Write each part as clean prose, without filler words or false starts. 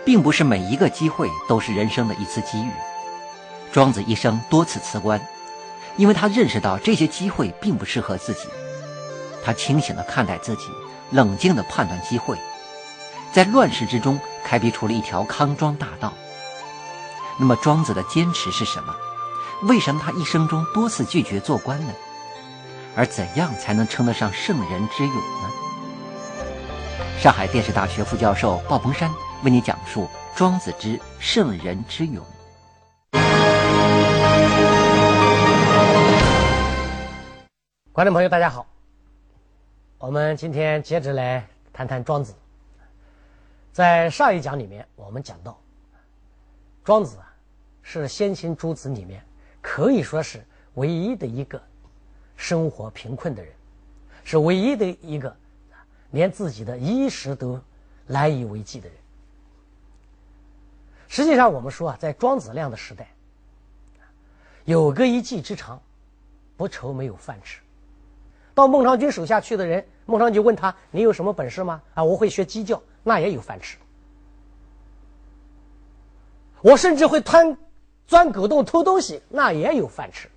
并不是每一个机会都是人生的一次机遇。庄子一生多次辞官，因为他认识到这些机会并不适合自己。他清醒地看待自己，冷静地判断机会，在乱世之中开辟出了一条康庄大道。那么庄子的坚持是什么？为什么他一生中多次拒绝做官呢？而怎样才能称得上圣人之勇呢？上海电视大学副教授鲍鹏山为你讲述庄子之圣人之勇。 观众朋友大家好，我们今天接着来谈谈庄子。在上一讲里面我们讲到，庄子是先秦诸子里面可以说是唯一的一个生活贫困的人，是唯一的一个连自己的衣食都难以为继的人。实际上我们说在庄子那样的时代，有个一技之长，不愁没有饭吃。到孟尝君手下去的人，孟尝君问他：“你有什么本事吗？”我会学鸡叫，那也有饭吃。我甚至会钻狗洞偷东西，那也有饭吃。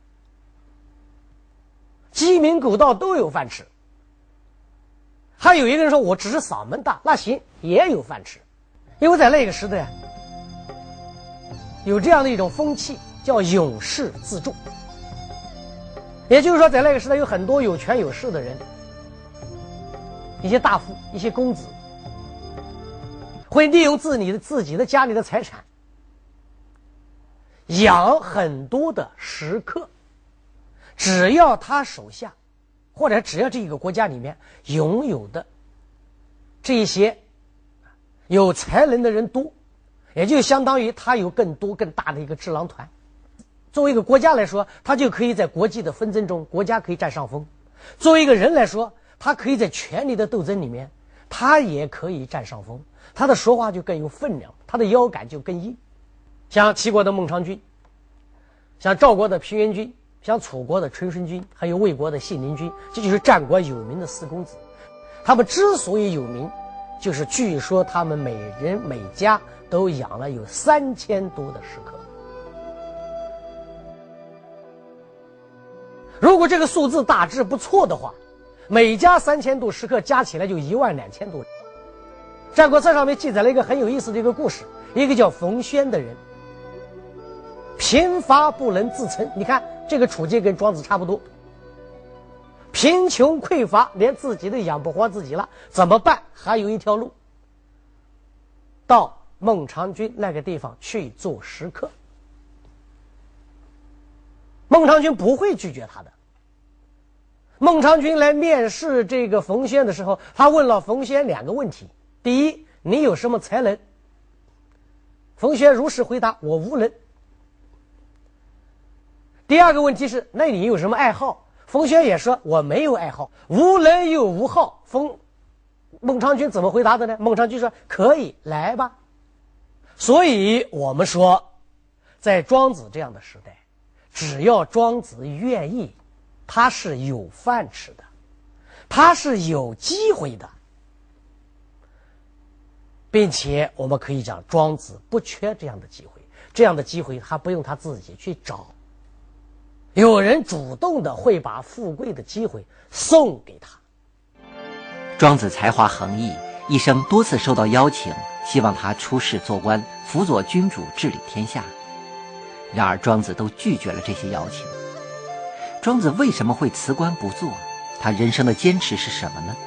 鸡鸣狗盗都有饭吃。还有一个人说：“我只是嗓门大，那行，也有饭吃。”因为在那个时代，有这样的一种风气，叫勇士自重。也就是说，在那个时代有很多有权有势的人，一些大夫、一些公子，会利用自己的家里的财产，养很多的食客。只要他手下，或者只要这个国家里面拥有的这些有才能的人多，也就相当于他有更多更大的一个智囊团。作为一个国家来说，他就可以在国际的纷争中，国家可以占上风；作为一个人来说，他可以在权力的斗争里面，他也可以占上风。他的说话就更有分量，他的腰杆就更硬。像齐国的孟尝君，像赵国的平原君，像楚国的春申君，还有魏国的信陵君，这就是战国有名的四公子。他们之所以有名，就是据说他们每人每家都养了有3000多的食客。如果这个数字大致不错的话，每家3000多食客加起来就12000多人。战国策上面记载了一个很有意思的一个故事，一个叫冯谖的人，贫乏不能自撑。你看这个处境跟庄子差不多，贫穷匮乏，连自己都养不活自己了，怎么办？还有一条路，到孟尝君那个地方去做食客。孟尝君不会拒绝他的。孟尝君来面试这个冯谖的时候，他问了冯谖2个问题。第一，你有什么才能？冯谖如实回答：我无能。第2个问题是，那你有什么爱好？冯谖也说：我没有爱好。无能又无好，孟尝君怎么回答的呢？孟尝君说：可以，来吧。所以我们说，在庄子这样的时代，只要庄子愿意，他是有饭吃的，他是有机会的，并且我们可以讲庄子不缺这样的机会，这样的机会他不用他自己去找，有人主动的会把富贵的机会送给他。 庄子才华横溢，一生多次受到邀请，希望他出仕做官，辅佐君主治理天下。然而庄子都拒绝了这些邀请。庄子为什么会辞官不做？他人生的坚持是什么呢？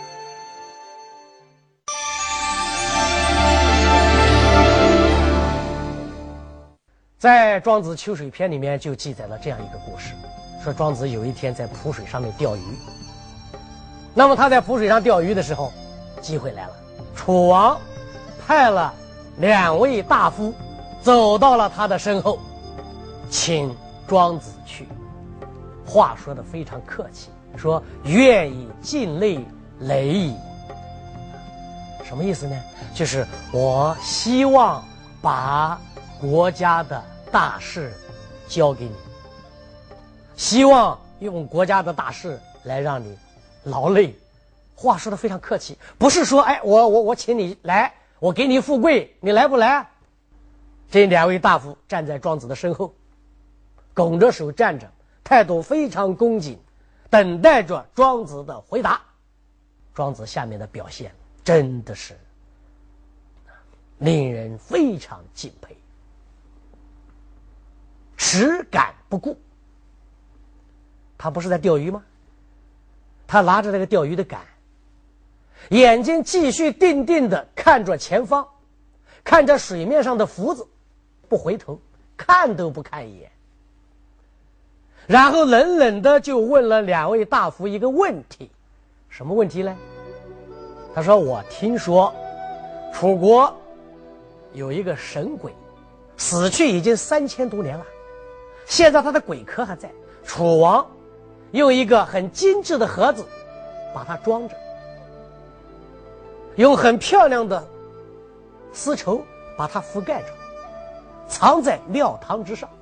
在庄子秋水篇里面就记载了这样一个故事，说庄子有一天在蒲水上面钓鱼。那么他在蒲水上钓鱼的时候，机会来了，楚王派了2位大夫走到了他的身后，请庄子去。话说得非常客气，说愿以尽累累矣。什么意思呢？就是我希望把国家的大事交给你，希望用国家的大事来让你劳累。话说得非常客气，不是说我请你来， 我给你富贵，你来不来？这两位大夫站在庄子的身后，拱着手站着，态度非常恭谨，等待着庄子的回答。庄子下面的表现真的是令人非常敬佩，持竿不顾。他不是在钓鱼吗？他拿着那个钓鱼的竿，眼睛继续定定地看着前方，看着水面上的浮子，不回头，看都不看一眼。然后冷冷地就问了两位大夫一个问题。什么问题呢？他说，我听说楚国有一个神鬼，死去已经3000多年了，现在他的鬼壳还在，楚王用一个很精致的盒子把它装着，用很漂亮的丝绸把它覆盖着，藏在庙堂之上。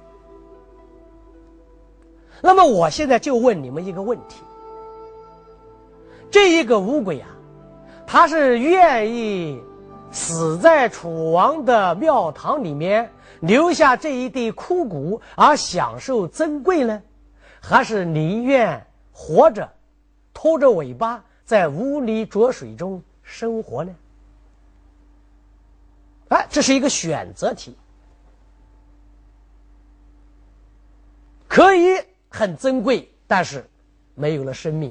那么我现在就问你们一个问题，这一个乌龟啊，他是愿意死在楚王的庙堂里面，留下这一堆枯骨而享受珍贵呢，还是宁愿活着拖着尾巴在污泥浊水中生活呢？这是一个选择题。可以很珍贵，但是没有了生命；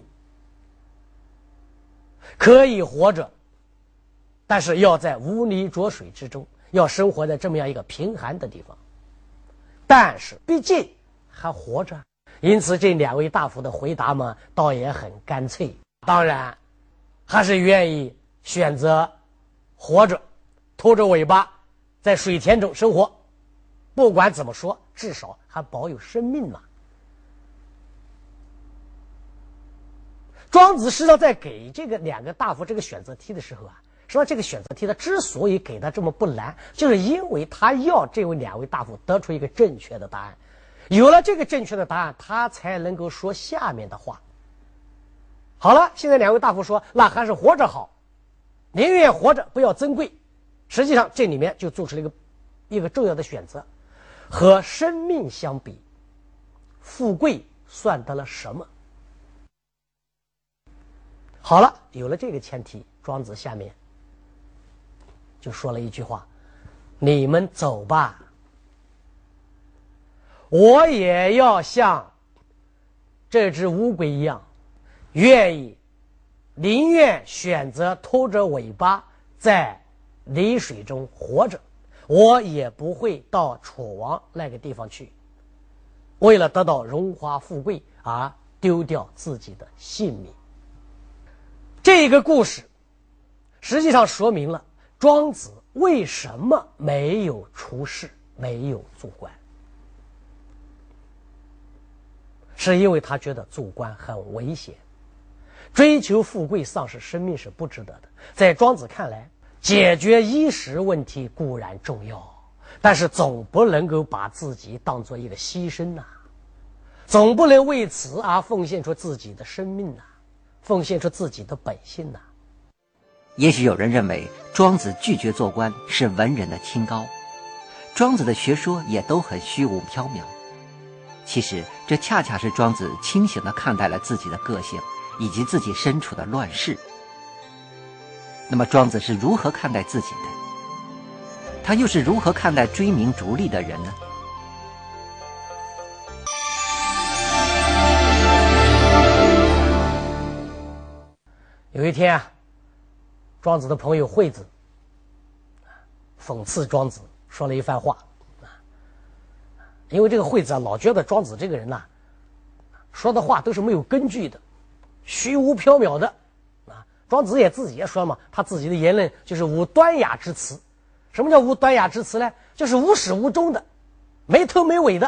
可以活着，但是要在污泥浊水之中，要生活在这么样一个贫寒的地方。但是毕竟还活着，因此这两位大夫的回答嘛，倒也很干脆。当然还是愿意选择活着拖着尾巴在水田中生活，不管怎么说，至少还保有生命嘛。庄子实际上在给这个两个大夫这个选择题的时候啊，实际上这个选择题他之所以给他这么不难，就是因为他要这两位大夫得出一个正确的答案，有了这个正确的答案，他才能够说下面的话。好了，现在两位大夫说，那还是活着好，宁愿活着不要珍贵。实际上这里面就做出了一个重要的选择，和生命相比，富贵算得了什么？好了，有了这个前提，庄子下面就说了一句话，你们走吧，我也要像这只乌龟一样，宁愿选择拖着尾巴在泥水中活着，我也不会到楚王那个地方去，为了得到荣华富贵而丢掉自己的性命。这个故事实际上说明了庄子为什么没有出仕，没有做官，是因为他觉得做官很危险，追求富贵丧失生命是不值得的。在庄子看来，解决衣食问题固然重要，但是总不能够把自己当作一个牺牲总不能为此而奉献出自己的生命奉献出自己的本性也许有人认为庄子拒绝做官是文人的清高，庄子的学说也都很虚无缥缈。其实这恰恰是庄子清醒地看待了自己的个性以及自己身处的乱世。那么庄子是如何看待自己的？他又是如何看待追名逐利的人呢？ 有一天庄子的朋友惠子讽刺庄子说了一番话因为这个惠子老觉得庄子这个人说的话都是没有根据的，虚无缥缈的庄子也自己也说嘛，他自己的言论就是无端雅之词。什么叫无端雅之词呢？就是无始无终的，没头没尾的。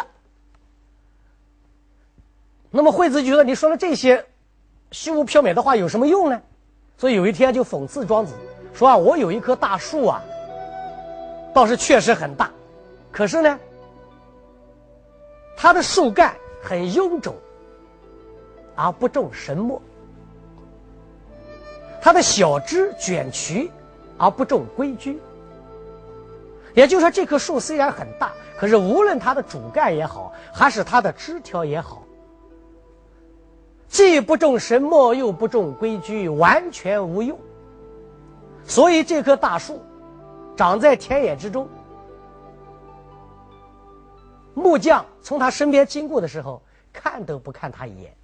那么惠子觉得你说了这些虚无缥缈的话有什么用呢？所以有一天就讽刺庄子说我有一棵大树倒是确实很大，可是呢它的树干很臃肿而不种神墨，它的小枝卷曲而不重规矩。也就是说，这棵树虽然很大，可是无论它的主干也好，还是它的枝条也好，既不重神墨，又不重规矩，完全无用。所以这棵大树长在田野之中，木匠从他身边经过的时候，看都不看他一眼。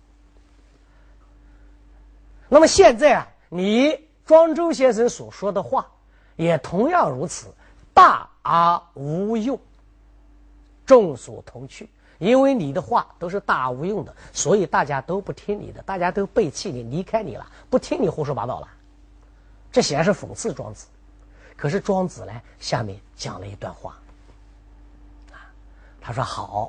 那么现在啊，你庄周先生所说的话也同样如此，大而无用，众所同去。因为你的话都是大无用的，所以大家都不听你的，大家都背弃你，离开你了，不听你胡说八道了。这显然是讽刺庄子。可是庄子呢，下面讲了一段话他说好，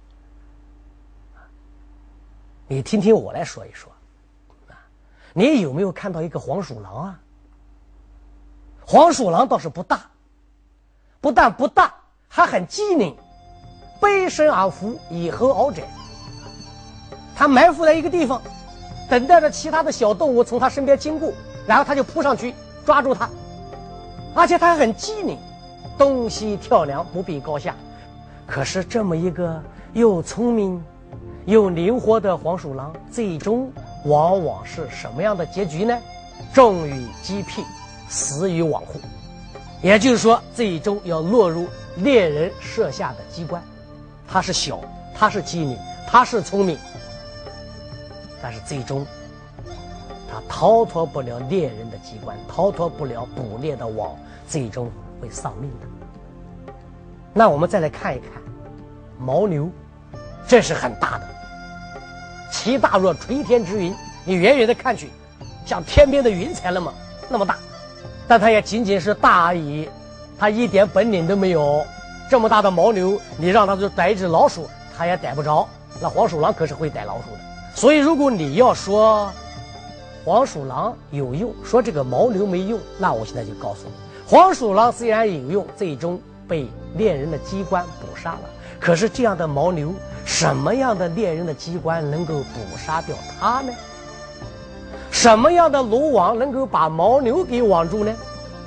你听听我来说一说你有没有看到一个黄鼠狼啊？黄鼠狼倒是不大，不但不大，还很机灵，背身而伏，以后遨展。它埋伏在一个地方，等待着其他的小动物从它身边经过，然后它就扑上去抓住它，而且它很机灵，东西跳梁，不比高下。可是这么一个又聪明又灵活的黄鼠狼，最终往往是什么样的结局呢？重于击毙，死于网户。也就是说，最终要落入猎人设下的机关。他是小，他是机灵，他是聪明，但是最终他逃脱不了猎人的机关，逃脱不了捕猎的网，最终会丧命的。那我们再来看一看牦牛，这是很大的，其大若垂天之云，你远远的看去像天边的云彩那么大，但它也仅仅是大而已，它一点本领都没有。这么大的牦牛，你让它就逮一只老鼠，它也逮不着。那黄鼠狼可是会逮老鼠的。所以如果你要说黄鼠狼有用，说这个牦牛没用，那我现在就告诉你，黄鼠狼虽然有用，最终被猎人的机关捕杀了，可是这样的牦牛，什么样的猎人的机关能够捕杀掉它呢？什么样的罗网能够把牦牛给网住呢？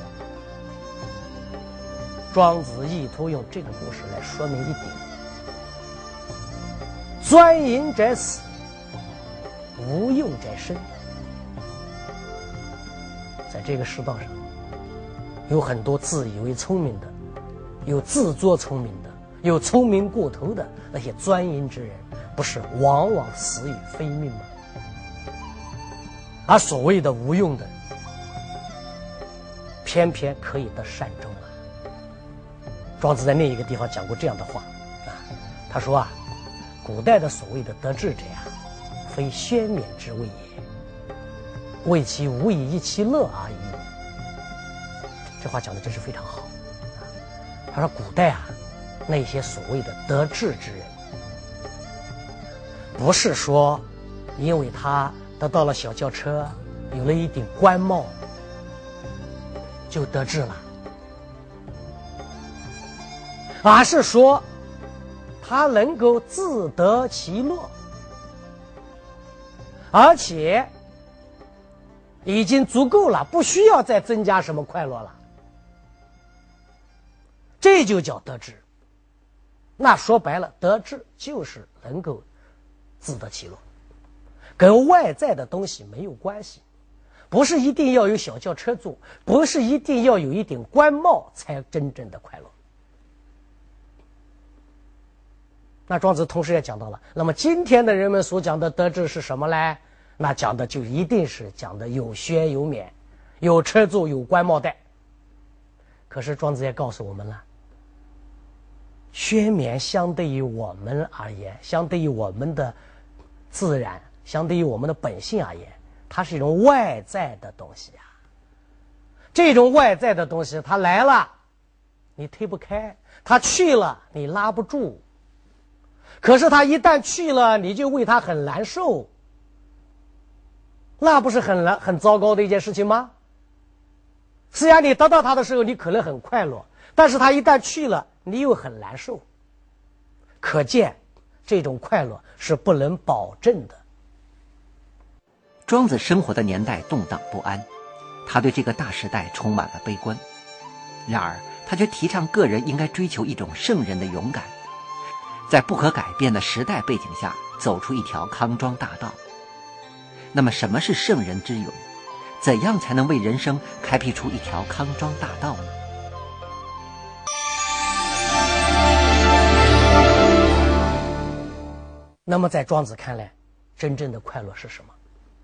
庄子意图用这个故事来说明一点：钻营者死，无用者生。在这个世道上，有很多自以为聪明的，有自作聪明的，有聪明过头的那些钻营之人，不是往往死于非命吗？而所谓的无用的，偏偏可以得善终啊。庄子在另一个地方讲过这样的话他说古代的所谓的得志者非宣冕之谓也，为其无以一其乐而已。这话讲的真是非常好他说古代那些所谓的得志之人，不是说因为他得到了小轿车，有了一顶官帽就得志了，而是说他能够自得其乐，而且已经足够了，不需要再增加什么快乐了，这就叫得志。那说白了，得志就是能够自得其乐，跟外在的东西没有关系，不是一定要有小轿车坐，不是一定要有一顶官帽才真正的快乐。那庄子同时也讲到了，那么今天的人们所讲的得志是什么呢？那讲的就一定是讲的有轩有冕，有车坐，有官帽戴。可是庄子也告诉我们了，轩冕相对于我们而言，相对于我们的自然，相对于我们的本性而言，它是一种外在的东西这种外在的东西它来了你推不开，它去了你拉不住，可是他一旦去了，你就为他很难受，那不是很糟糕的一件事情吗？虽然你得到他的时候你可能很快乐，但是他一旦去了你又很难受，可见这种快乐是不能保证的。 庄子生活的年代动荡不安， 他对这个大时代充满了悲观。然而他却提倡个人应该追求一种圣人的勇敢，在不可改变的时代背景下走出一条康庄大道。那么什么是圣人之勇？怎样才能为人生开辟出一条康庄大道呢？ 那么在庄子看来，真正的快乐是什么？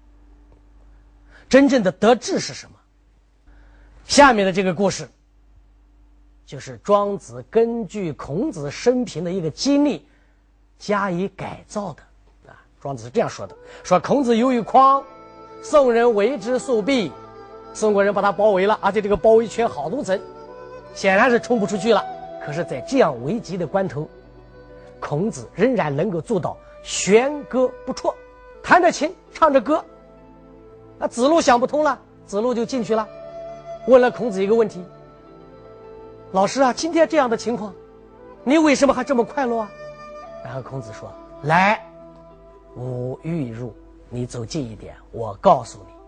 真正的得志是什么？下面的这个故事就是庄子根据孔子生平的一个经历加以改造的。庄子是这样说的，说孔子有一筐，宋人为之速避，宋国人把他包围了，而且这个包围圈好多层，显然是冲不出去了。可是在这样危急的关头，孔子仍然能够做到弦歌不辍，弹着琴唱着歌。那子路想不通了，子路就进去了，问了孔子一个问题：老师啊，今天这样的情况，你为什么还这么快乐啊？然后孔子说：来，吾欲入，你走近一点，我告诉你。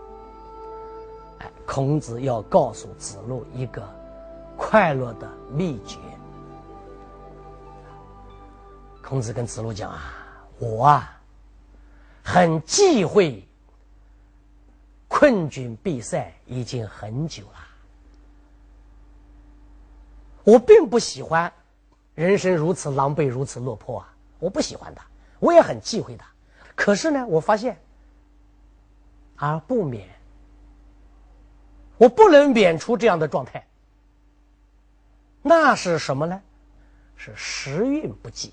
孔子要告诉子路一个快乐的秘诀。孔子跟子路讲啊，我很忌讳困窘闭塞已经很久了，我并不喜欢人生如此狼狈如此落魄啊，我不喜欢的，我也很忌讳的。可是呢，我发现而不免，我不能免除这样的状态。那是什么呢？是时运不济，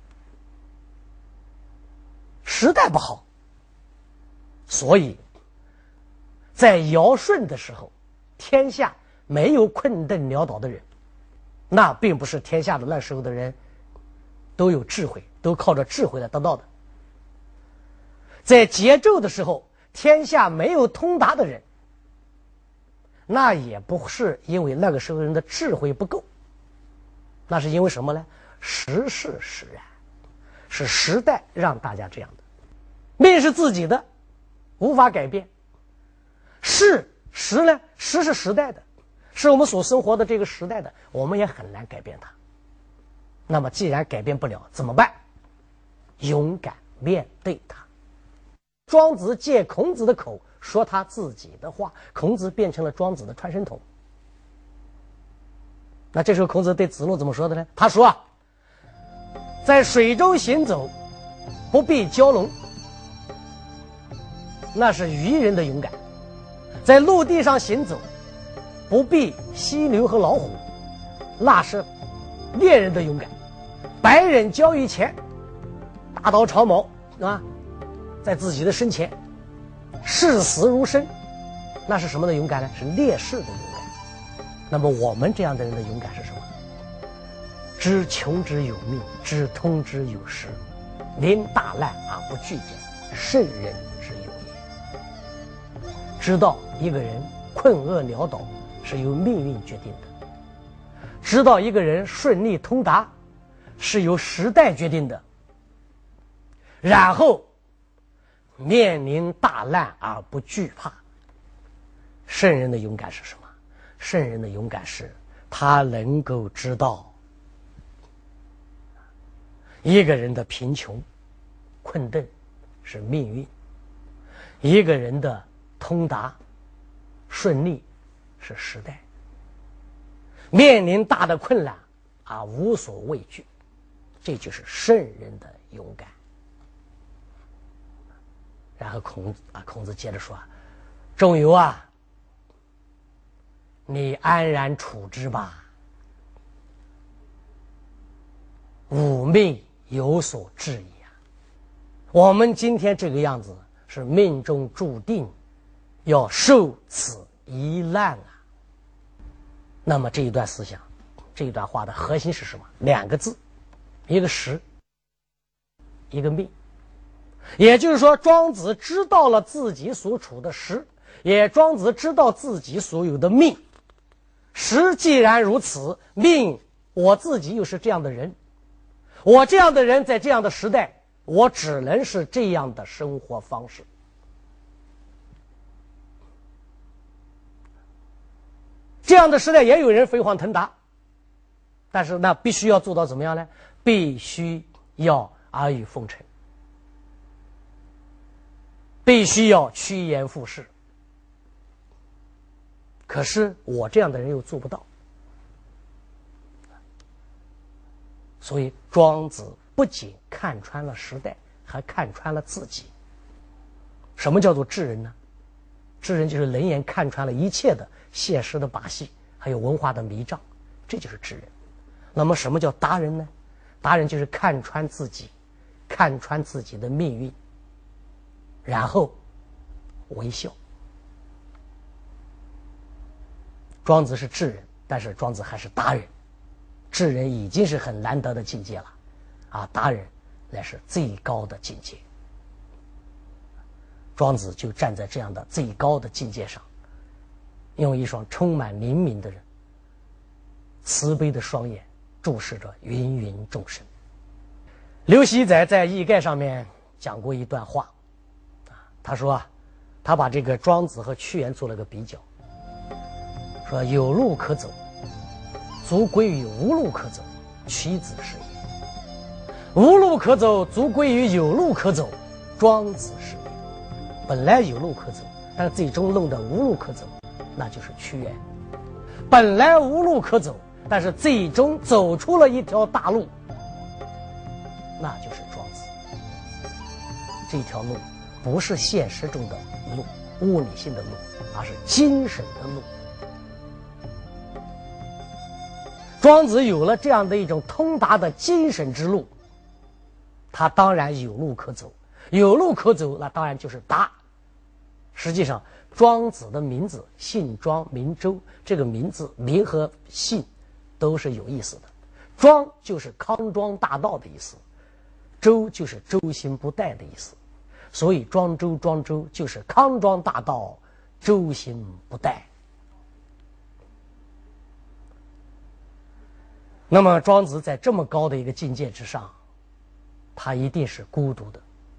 时代不好。所以在尧舜的时候，天下没有困顿潦倒的人，那并不是天下的那时候的人都有智慧，都靠着智慧来得到的。在桀纣的时候，天下没有通达的人，那也不是因为那个时候人的智慧不够，那是因为什么呢？时势使然，是时代让大家这样的。命是自己的，无法改变。时呢，时是时代的，是我们所生活的这个时代的，我们也很难改变它。那么既然改变不了，怎么办？勇敢面对它。庄子借孔子的口说他自己的话，孔子变成了庄子的传声筒。那这时候孔子对子路怎么说的呢？他说在水中行走，不必蛟龙，那是渔人的勇敢；在陆地上行走，不必犀牛和老虎，那是猎人的勇敢。百忍交于前，大刀长矛啊，在自己的身前视死如生，那是什么的勇敢呢？是烈士的勇敢。那么我们这样的人的勇敢是什么？知穷之有命，知通之有时，临大难而不惧减，圣人之有也。知道一个人困厄潦倒是由命运决定的，知道一个人顺利通达是由时代决定的，然后面临大难而不惧怕。圣人的勇敢是什么？圣人的勇敢是他能够知道一个人的贫穷困顿是命运，一个人的通达顺利是时代，面临大的困难而无所畏惧，这就是圣人的勇敢。然后孔子接着说：仲由啊，你安然处之吧，吾命有所至矣啊。我们今天这个样子是命中注定要受此一难啊。那么这一段思想，这一段话的核心是什么？两个字，一个时，一个命。也就是说，庄子知道了自己所处的时，也庄子知道自己所有的命。时既然如此，命我自己又是这样的人，我这样的人在这样的时代，我只能是这样的生活方式。 这样的时代也有人飞黄腾达，但是那必须要做到怎么样呢？必须要阿谀奉承，必须要趋炎附势。可是我这样的人又做不到，所以庄子不仅看穿了时代，还看穿了自己。什么叫做智人呢？智人就是冷眼看穿了一切的现实的把戏，还有文化的迷障，这就是智人。那么什么叫达人呢？达人就是看穿自己，看穿自己的命运，然后微笑。庄子是智人，但是庄子还是达人。智人已经是很难得的境界了，啊，达人乃是最高的境界。庄子就站在这样的最高的境界上，用一双充满灵敏的人、慈悲的双眼注视着芸芸众生。刘熙载在易概上面讲过一段话，他说啊，他把这个庄子和屈原做了个比较，说有路可走，足归于无路可走，屈子是也；无路可走，足归于有路可走，庄子是也。本来有路可走，但最终弄得无路可走，那就是屈原。本来无路可走，但是最终走出了一条大路，那就是庄子。这条路不是现实中的路，物理性的路，而是精神的路。庄子有了这样的一种通达的精神之路，他当然有路可走。有路可走，那当然就是达。实际上，庄子的名字姓庄名周，这个名字名和姓都是有意思的。庄就是康庄大道的意思，周就是周行不殆的意思，所以庄周庄周就是康庄大道，周行不殆。那么庄子在这么高的一个境界之上，他一定是孤独的。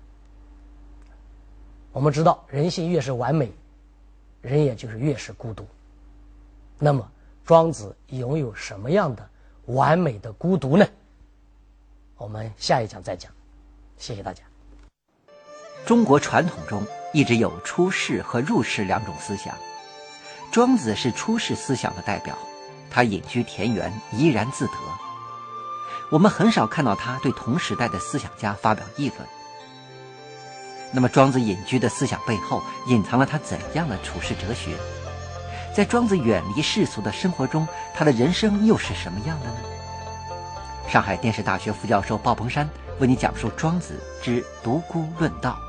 我们知道，人性越是完美，人也就是越是孤独。那么庄子拥有什么样的完美的孤独呢？我们下一讲再讲。谢谢大家。 中国传统中一直有出世和入世两种思想，庄子是出世思想的代表，他隐居田园，怡然自得。我们很少看到他对同时代的思想家发表议论。那么庄子隐居的思想背后隐藏了他怎样的处世哲学？在庄子远离世俗的生活中，他的人生又是什么样的呢？上海电视大学副教授鲍鹏山为你讲述庄子之独孤论道。